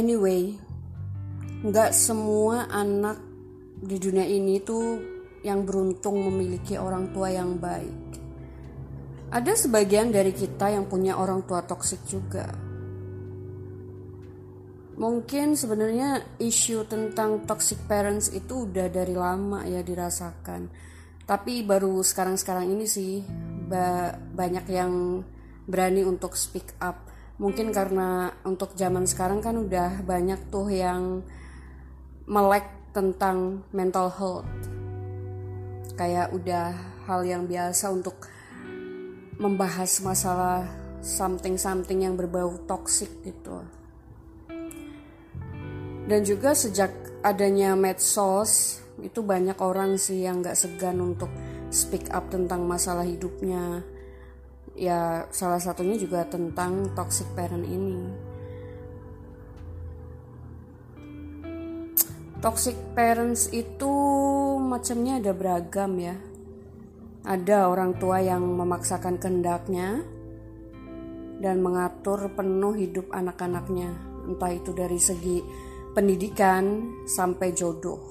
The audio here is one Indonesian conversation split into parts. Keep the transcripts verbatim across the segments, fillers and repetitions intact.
Anyway, nggak semua anak di dunia ini tuh yang beruntung memiliki orang tua yang baik. Ada sebagian dari kita yang punya orang tua toksik juga. Mungkin sebenarnya isu tentang toxic parents itu udah dari lama ya dirasakan. Tapi baru sekarang-sekarang ini sih ba- banyak yang berani untuk speak up. Mungkin karena untuk zaman sekarang kan udah banyak tuh yang melek tentang mental health. Kayak udah hal yang biasa untuk membahas masalah something-something yang berbau toksik gitu. Dan juga sejak adanya medsos, itu banyak orang sih yang gak segan untuk speak up tentang masalah hidupnya. Ya salah satunya juga tentang toxic parent ini. Toxic parents itu macamnya ada beragam ya. Ada orang tua yang memaksakan kehendaknya dan mengatur penuh hidup anak-anaknya, entah itu dari segi pendidikan sampai jodoh.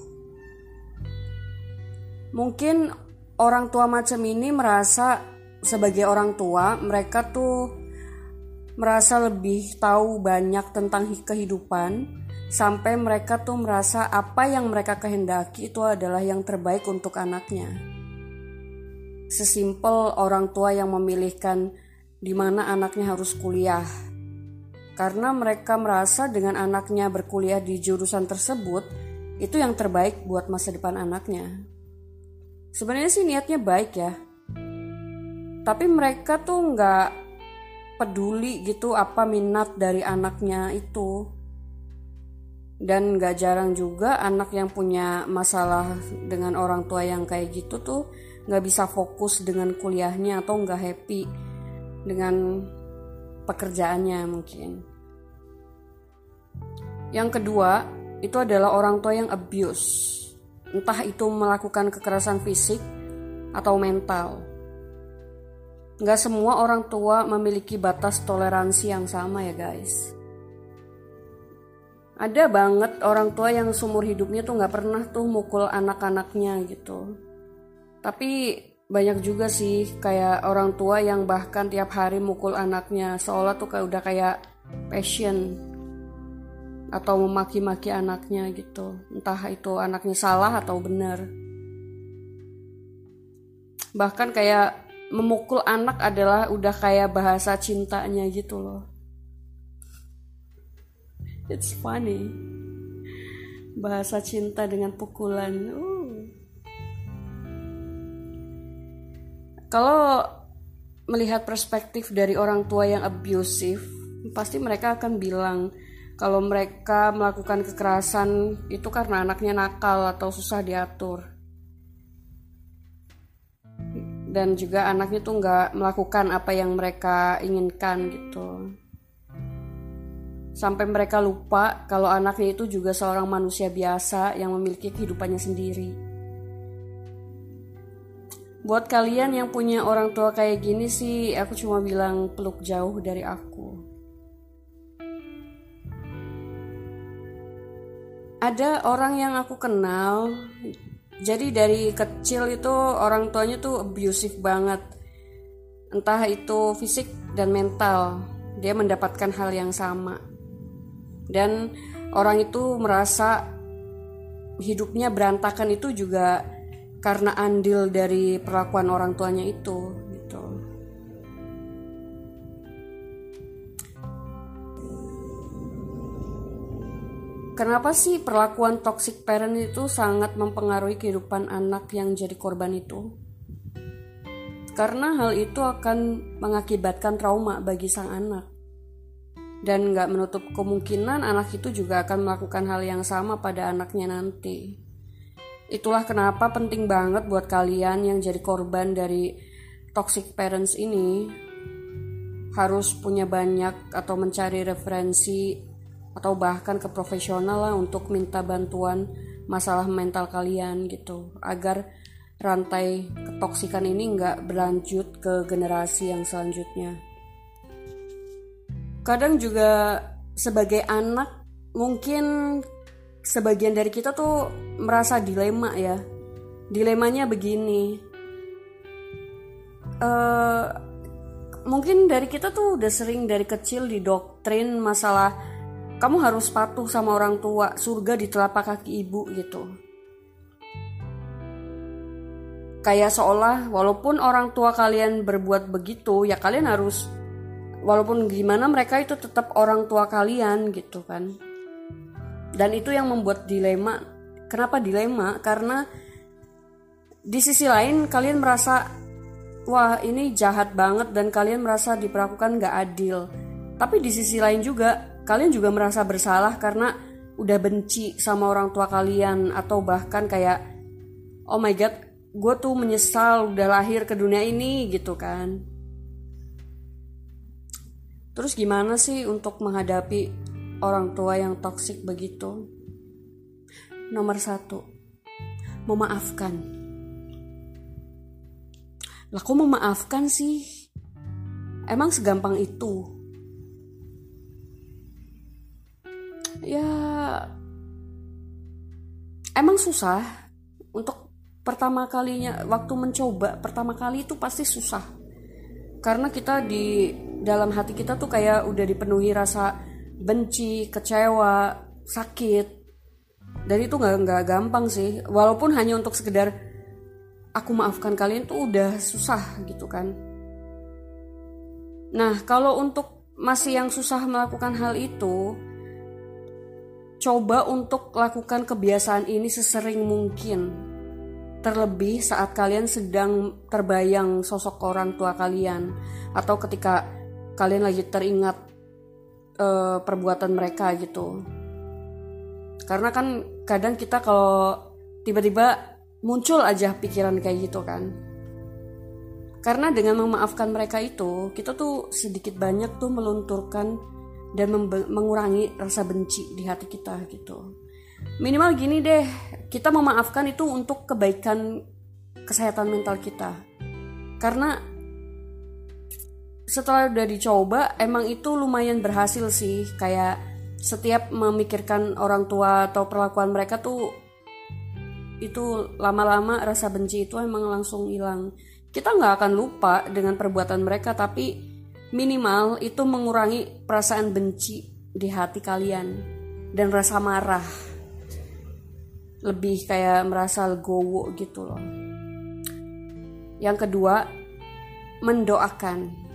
Mungkin orang tua macam ini merasa sebagai orang tua mereka tuh merasa lebih tahu banyak tentang kehidupan, sampai mereka tuh merasa apa yang mereka kehendaki itu adalah yang terbaik untuk anaknya. Sesimpel orang tua yang memilihkan di mana anaknya harus kuliah. Karena mereka merasa dengan anaknya berkuliah di jurusan tersebut, itu yang terbaik buat masa depan anaknya. Sebenarnya sih niatnya baik ya. Tapi mereka tuh gak peduli gitu apa minat dari anaknya itu. Dan gak jarang juga anak yang punya masalah dengan orang tua yang kayak gitu tuh gak bisa fokus dengan kuliahnya atau gak happy dengan pekerjaannya mungkin. Yang kedua, itu adalah orang tua yang abuse. Entah itu melakukan kekerasan fisik atau mental. Gak semua orang tua memiliki batas toleransi yang sama ya guys. Ada banget orang tua yang seumur hidupnya tuh gak pernah tuh mukul anak-anaknya gitu. Tapi banyak juga sih kayak orang tua yang bahkan tiap hari mukul anaknya, seolah tuh kayak udah kayak passion atau memaki-maki anaknya gitu. Entah itu anaknya salah atau benar. Bahkan kayak memukul anak adalah udah kayak bahasa cintanya gitu loh. It's funny. Bahasa cinta dengan pukulan. Uh. Kalau melihat perspektif dari orang tua yang abusive, pasti mereka akan bilang kalau mereka melakukan kekerasan itu karena anaknya nakal atau susah diatur. Dan juga anaknya tuh gak melakukan apa yang mereka inginkan gitu. Sampai mereka lupa kalau anaknya itu juga seorang manusia biasa yang memiliki kehidupannya sendiri. Buat kalian yang punya orang tua kayak gini sih, aku cuma bilang peluk jauh dari aku. Ada orang yang aku kenal, jadi dari kecil itu orang tuanya tuh abusive banget. Entah itu fisik dan mental, dia mendapatkan hal yang sama. Dan orang itu merasa hidupnya berantakan itu juga karena andil dari perlakuan orang tuanya itu gitu. Kenapa sih perlakuan toxic parent itu sangat mempengaruhi kehidupan anak yang jadi korban itu? Karena hal itu akan mengakibatkan trauma bagi sang anak. Dan gak menutup kemungkinan anak itu juga akan melakukan hal yang sama pada anaknya nanti. Itulah kenapa penting banget buat kalian yang jadi korban dari toxic parents ini harus punya banyak atau mencari referensi atau bahkan ke profesional lah untuk minta bantuan masalah mental kalian gitu, agar rantai ketoksikan ini nggak berlanjut ke generasi yang selanjutnya. Kadang juga sebagai anak mungkin sebagian dari kita tuh merasa dilema ya. Dilemanya begini, uh, mungkin dari kita tuh udah sering dari kecil didoktrin masalah kamu harus patuh sama orang tua, surga di telapak kaki ibu gitu. Kayak seolah walaupun orang tua kalian berbuat begitu, ya kalian harus, walaupun gimana mereka itu tetap orang tua kalian gitu kan. Dan itu yang membuat dilema. Kenapa dilema? Karena di sisi lain kalian merasa wah ini jahat banget dan kalian merasa diperlakukan gak adil. Tapi di sisi lain juga kalian juga merasa bersalah karena udah benci sama orang tua kalian. Atau bahkan kayak oh my god, gue tuh menyesal udah lahir ke dunia ini gitu kan. Terus gimana sih untuk menghadapi orang tua yang toksik begitu? Nomor satu, memaafkan. Lah kok memaafkan sih? Emang segampang itu? Ya emang susah. Untuk pertama kalinya waktu mencoba pertama kali itu pasti susah. Karena kita di dalam hati kita tuh kayak udah dipenuhi rasa benci, kecewa, sakit. Dan itu gak, gak gampang sih. Walaupun hanya untuk sekedar aku maafkan kalian tuh udah susah gitu kan. Nah kalau untuk masih yang susah melakukan hal itu, coba untuk lakukan kebiasaan ini sesering mungkin. Terlebih saat kalian sedang terbayang sosok orang tua kalian, atau ketika kalian lagi teringat uh, perbuatan mereka gitu. Karena kan kadang kita kalau tiba-tiba muncul aja pikiran kayak gitu kan. Karena dengan memaafkan mereka itu, kita tuh sedikit banyak tuh melunturkan dan membe- mengurangi rasa benci di hati kita gitu. Minimal gini deh, kita memaafkan itu untuk kebaikan kesehatan mental kita. Karena setelah udah dicoba, emang itu lumayan berhasil sih. Kayak setiap memikirkan orang tua atau perlakuan mereka tuh, itu lama-lama rasa benci itu emang langsung hilang. Kita gak akan lupa dengan perbuatan mereka, tapi minimal itu mengurangi perasaan benci di hati kalian. Dan rasa marah, lebih kayak merasa legowo gitu loh. Yang kedua, mendoakan.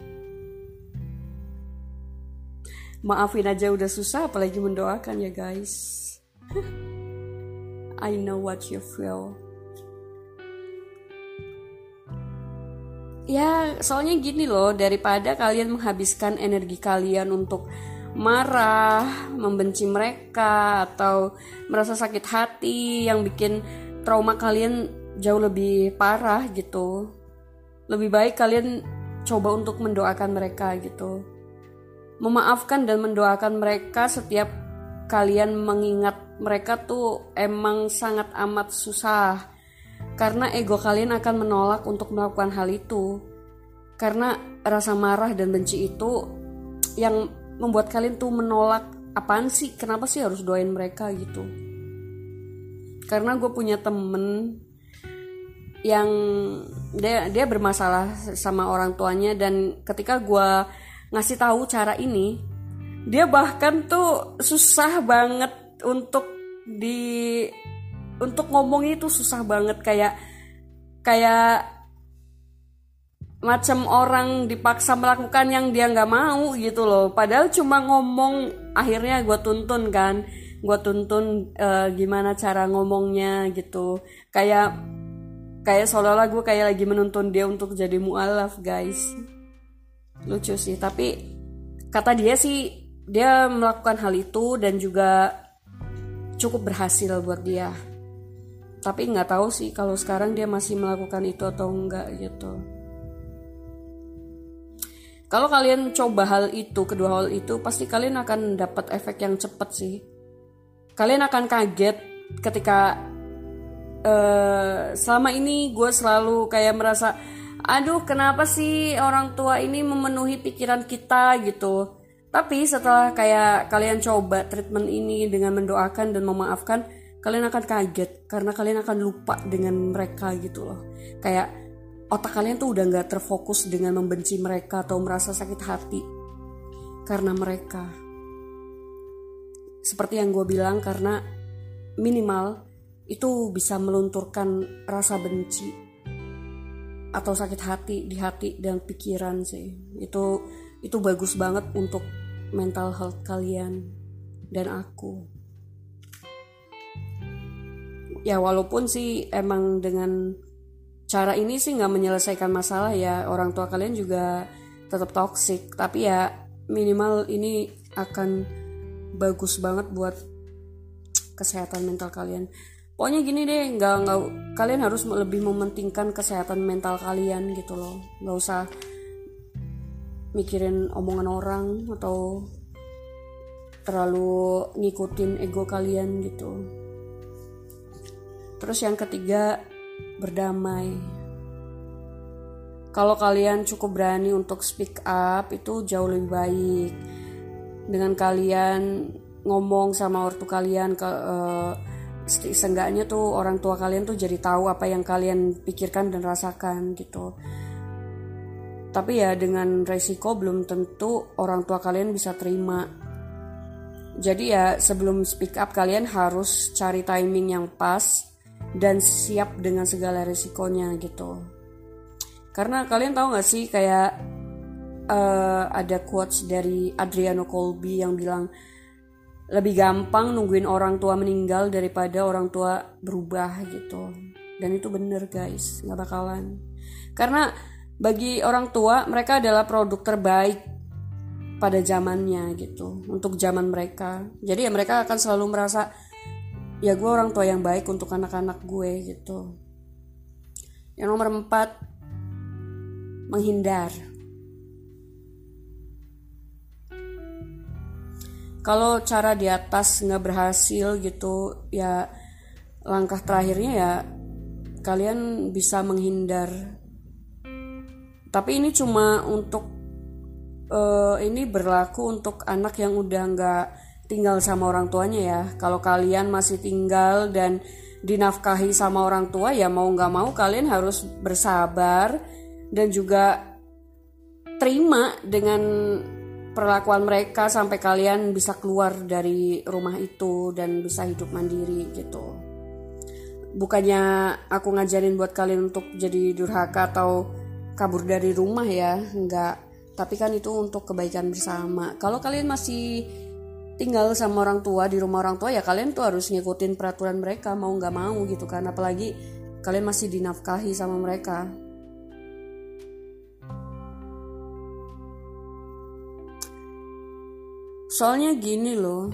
Maafin aja udah susah, apalagi mendoakan ya guys. I know what you feel. Ya soalnya gini loh, daripada kalian menghabiskan energi kalian untuk marah, membenci mereka, atau merasa sakit hati yang bikin trauma kalian jauh lebih parah gitu, lebih baik kalian coba untuk mendoakan mereka gitu. Memaafkan dan mendoakan mereka setiap kalian mengingat mereka tuh emang sangat amat susah. Karena ego kalian akan menolak untuk melakukan hal itu. Karena rasa marah dan benci itu yang membuat kalian tuh menolak, apaan sih, kenapa sih harus doain mereka gitu. Karena gue punya temen yang dia dia bermasalah sama orang tuanya, dan ketika gue ngasih tahu cara ini, dia bahkan tuh susah banget untuk di untuk ngomongnya itu susah banget, kayak kayak macam orang dipaksa melakukan yang dia nggak mau gitu loh. Padahal cuma ngomong, akhirnya gue tuntun kan, gue tuntun uh, gimana cara ngomongnya gitu. Kayak kayak seolah-olah gue kayak lagi menuntun dia untuk jadi mualaf guys. Lucu sih, tapi kata dia sih dia melakukan hal itu dan juga cukup berhasil buat dia. Tapi nggak tahu sih kalau sekarang dia masih melakukan itu atau enggak gitu. Kalau kalian coba hal itu, kedua hal itu, pasti kalian akan dapat efek yang cepat sih. Kalian akan kaget ketika uh, selama ini gue selalu kayak merasa, aduh kenapa sih orang tua ini memenuhi pikiran kita gitu. Tapi setelah kayak kalian coba treatment ini dengan mendoakan dan memaafkan, kalian akan kaget karena kalian akan lupa dengan mereka gitu loh. Kayak otak kalian tuh udah gak terfokus dengan membenci mereka atau merasa sakit hati karena mereka. Seperti yang gue bilang, karena minimal itu bisa melunturkan rasa benci atau sakit hati di hati dan pikiran sih. Itu itu bagus banget untuk mental health kalian dan aku. Ya walaupun sih emang dengan cara ini sih gak menyelesaikan masalah ya, orang tua kalian juga tetap toksik, tapi ya minimal ini akan bagus banget buat kesehatan mental kalian. Pokoknya gini deh, gak, gak, kalian harus lebih mementingkan kesehatan mental kalian gitu loh. Gak usah mikirin omongan orang atau terlalu ngikutin ego kalian gitu. Terus yang ketiga, berdamai. Kalau kalian cukup berani untuk speak up, itu jauh lebih baik. Dengan kalian ngomong sama ortu kalian, ke uh, seenggaknya tuh orang tua kalian tuh jadi tahu apa yang kalian pikirkan dan rasakan gitu. Tapi ya dengan resiko belum tentu orang tua kalian bisa terima. Jadi ya sebelum speak up kalian harus cari timing yang pas dan siap dengan segala resikonya gitu. Karena kalian tahu gak sih kayak uh, ada quotes dari Adriano Colby yang bilang lebih gampang nungguin orang tua meninggal daripada orang tua berubah gitu. Dan itu bener guys, gak bakalan. Karena bagi orang tua, mereka adalah produk terbaik pada zamannya gitu, untuk zaman mereka. Jadi ya mereka akan selalu merasa, ya gue orang tua yang baik untuk anak-anak gue gitu. Yang nomor empat, menghindar. Kalau cara di atas gak berhasil gitu, ya langkah terakhirnya ya kalian bisa menghindar. Tapi ini cuma untuk uh, ini berlaku untuk anak yang udah nggak tinggal sama orang tuanya ya. Kalau kalian masih tinggal dan dinafkahi sama orang tua, ya mau nggak mau kalian harus bersabar dan juga terima dengan perlakuan mereka sampai kalian bisa keluar dari rumah itu dan bisa hidup mandiri gitu. Bukannya aku ngajarin buat kalian untuk jadi durhaka atau kabur dari rumah ya, enggak. Tapi kan itu untuk kebaikan bersama. Kalau kalian masih tinggal sama orang tua di rumah orang tua, ya kalian tuh harus ngikutin peraturan mereka mau nggak mau gitu kan. Apalagi kalian masih dinafkahi sama mereka. Soalnya gini loh,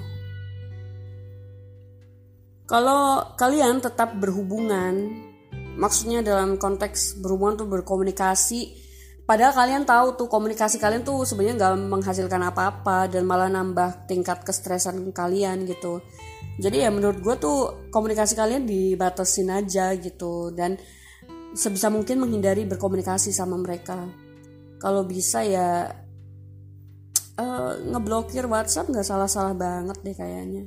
kalau kalian tetap berhubungan, maksudnya dalam konteks berhubungan tuh berkomunikasi, padahal kalian tahu tuh komunikasi kalian tuh sebenarnya nggak menghasilkan apa-apa dan malah nambah tingkat kestresan kalian gitu. Jadi ya menurut gue tuh komunikasi kalian dibatasin aja gitu, dan sebisa mungkin menghindari berkomunikasi sama mereka. Kalau bisa ya uh, ngeblokir WhatsApp nggak salah-salah banget deh kayaknya.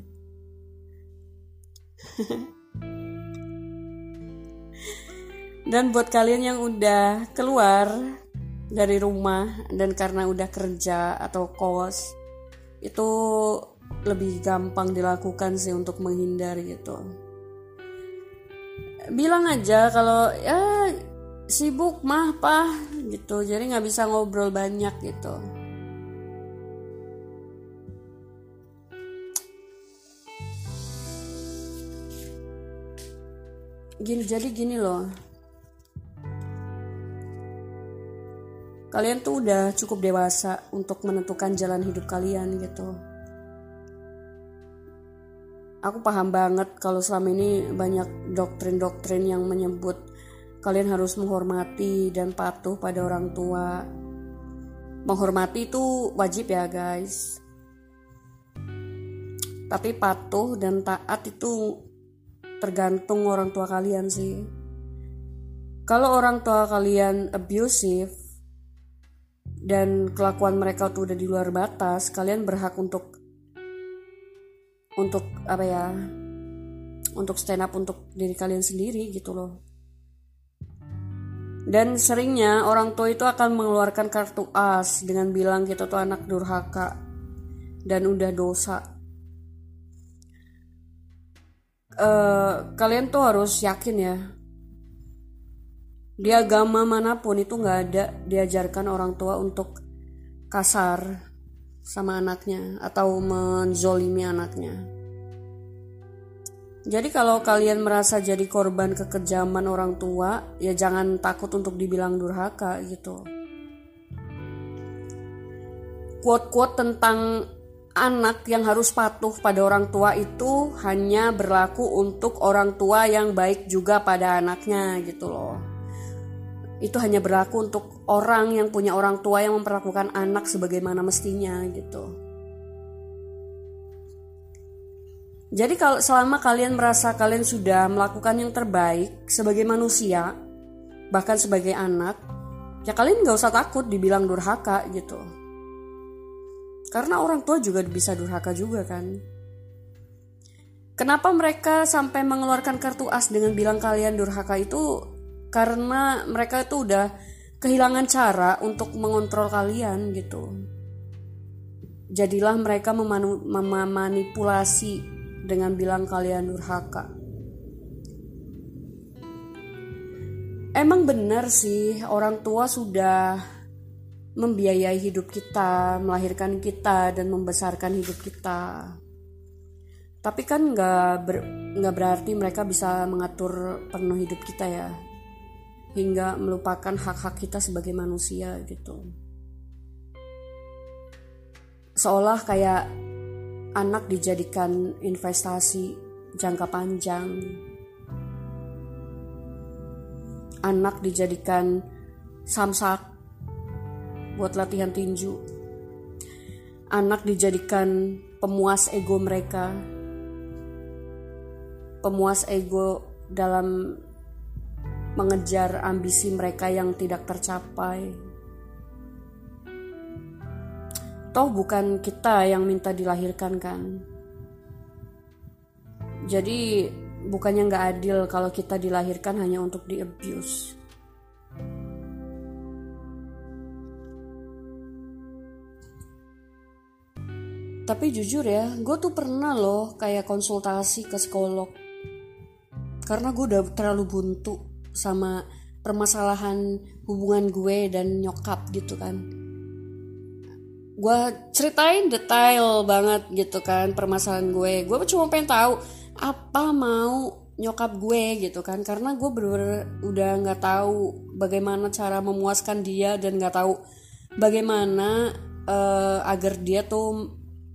Dan buat kalian yang udah keluar dari rumah dan karena udah kerja atau kos, itu lebih gampang dilakukan sih untuk menghindar gitu. Bilang aja kalau ya sibuk mah pah gitu, jadi nggak bisa ngobrol banyak gitu. Gini jadi gini loh. Kalian tuh udah cukup dewasa untuk menentukan jalan hidup kalian gitu. Aku paham banget kalau selama ini banyak doktrin-doktrin yang menyebut kalian harus menghormati dan patuh pada orang tua. Menghormati itu wajib ya guys. Tapi patuh dan taat itu tergantung orang tua kalian sih. Kalau orang tua kalian abusive, dan kelakuan mereka tuh udah di luar batas, kalian berhak untuk untuk apa ya untuk stand up untuk diri kalian sendiri gitu loh. Dan seringnya orang tua itu akan mengeluarkan kartu as dengan bilang kita tuh anak durhaka dan udah dosa. Uh, kalian tuh harus yakin ya, di agama manapun itu nggak ada diajarkan orang tua untuk kasar sama anaknya atau menzolimi anaknya. Jadi kalau kalian merasa jadi korban kekejaman orang tua, ya jangan takut untuk dibilang durhaka gitu. Quote-quote tentang anak yang harus patuh pada orang tua itu hanya berlaku untuk orang tua yang baik juga pada anaknya gitu loh. Itu hanya berlaku untuk orang yang punya orang tua yang memperlakukan anak sebagaimana mestinya gitu. Jadi kalau selama kalian merasa kalian sudah melakukan yang terbaik sebagai manusia, bahkan sebagai anak, ya kalian gak usah takut dibilang durhaka gitu. Karena orang tua juga bisa durhaka juga kan. Kenapa mereka sampai mengeluarkan kartu as dengan bilang kalian durhaka itu? Karena mereka itu udah kehilangan cara untuk mengontrol kalian gitu. Jadilah mereka memanu- memanipulasi dengan bilang kalian durhaka. Emang benar sih orang tua sudah membiayai hidup kita, melahirkan kita dan membesarkan hidup kita. Tapi kan nggak ber, nggak berarti mereka bisa mengatur penuh hidup kita ya, hingga melupakan hak-hak kita sebagai manusia gitu. Seolah kayak anak dijadikan investasi jangka panjang. Anak dijadikan samsak buat latihan tinju. Anak dijadikan pemuas ego mereka. Pemuas ego dalam mengejar ambisi mereka yang tidak tercapai. Toh bukan kita yang minta dilahirkan kan. Jadi bukannya gak adil kalau kita dilahirkan hanya untuk di abuse. Tapi jujur ya, gue tuh pernah loh kayak konsultasi ke psikolog. Karena gue udah terlalu buntu sama permasalahan hubungan gue dan nyokap gitu kan. Gue ceritain detail banget gitu kan permasalahan gue. Gue cuma pengen tahu apa mau nyokap gue gitu kan. Karena gue bener-bener udah gak tahu bagaimana cara memuaskan dia. Dan gak tahu bagaimana uh, agar dia tuh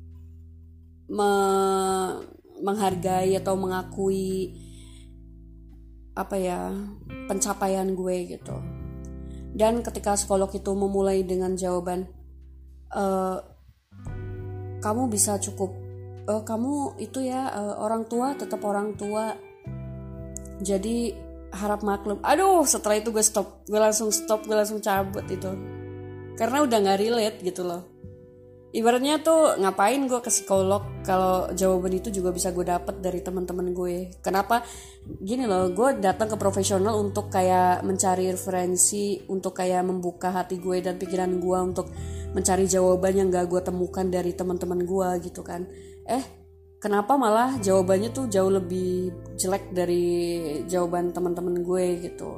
me- menghargai atau mengakui apa ya pencapaian gue gitu. Dan ketika psikolog itu memulai dengan jawaban, Uh, kamu bisa cukup uh, kamu itu ya uh, orang tua tetap orang tua, jadi harap maklum. Aduh, setelah itu gue stop, gue langsung stop, gue langsung cabut itu karena udah nggak relate gitu loh. Ibaratnya tuh ngapain gue ke psikolog kalau jawaban itu juga bisa gue dapet dari teman-teman gue. Kenapa gini loh, gue datang ke profesional untuk kayak mencari referensi, untuk kayak membuka hati gue dan pikiran gue untuk mencari jawaban yang gak gue temukan dari teman-teman gue gitu kan. Eh kenapa malah jawabannya tuh jauh lebih jelek dari jawaban teman-teman gue gitu.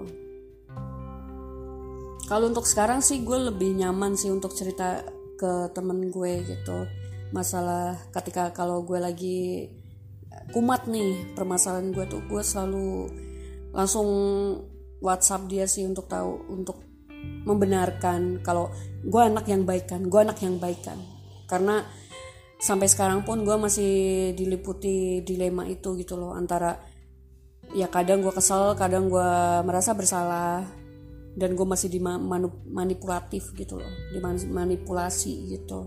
Kalau untuk sekarang sih gue lebih nyaman sih untuk cerita ke temen gue gitu, masalah ketika kalau gue lagi kumat nih permasalahan gue tuh, gue selalu langsung WhatsApp dia sih untuk tahu, untuk membenarkan kalau gue anak yang baik kan, gue anak yang baik kan. Karena sampai sekarang pun gue masih diliputi dilema itu gitu loh, antara ya kadang gue kesel, kadang gue merasa bersalah, dan gue masih dimanipulatif gitu loh, dimanipulasi gitu.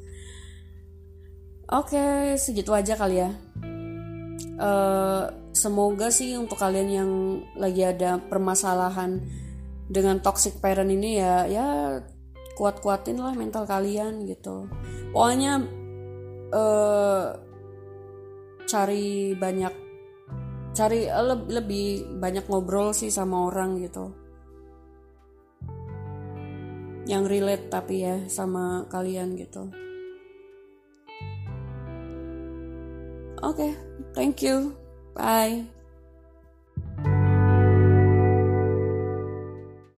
Oke, segitu aja kali ya. Uh, semoga sih untuk kalian yang lagi ada permasalahan dengan toxic parent ini ya, ya kuat-kuatin lah mental kalian gitu. Pokoknya uh, cari banyak cari uh, le- lebih banyak ngobrol sih sama orang gitu yang relate tapi ya sama kalian gitu. Oke, okay, thank you, bye.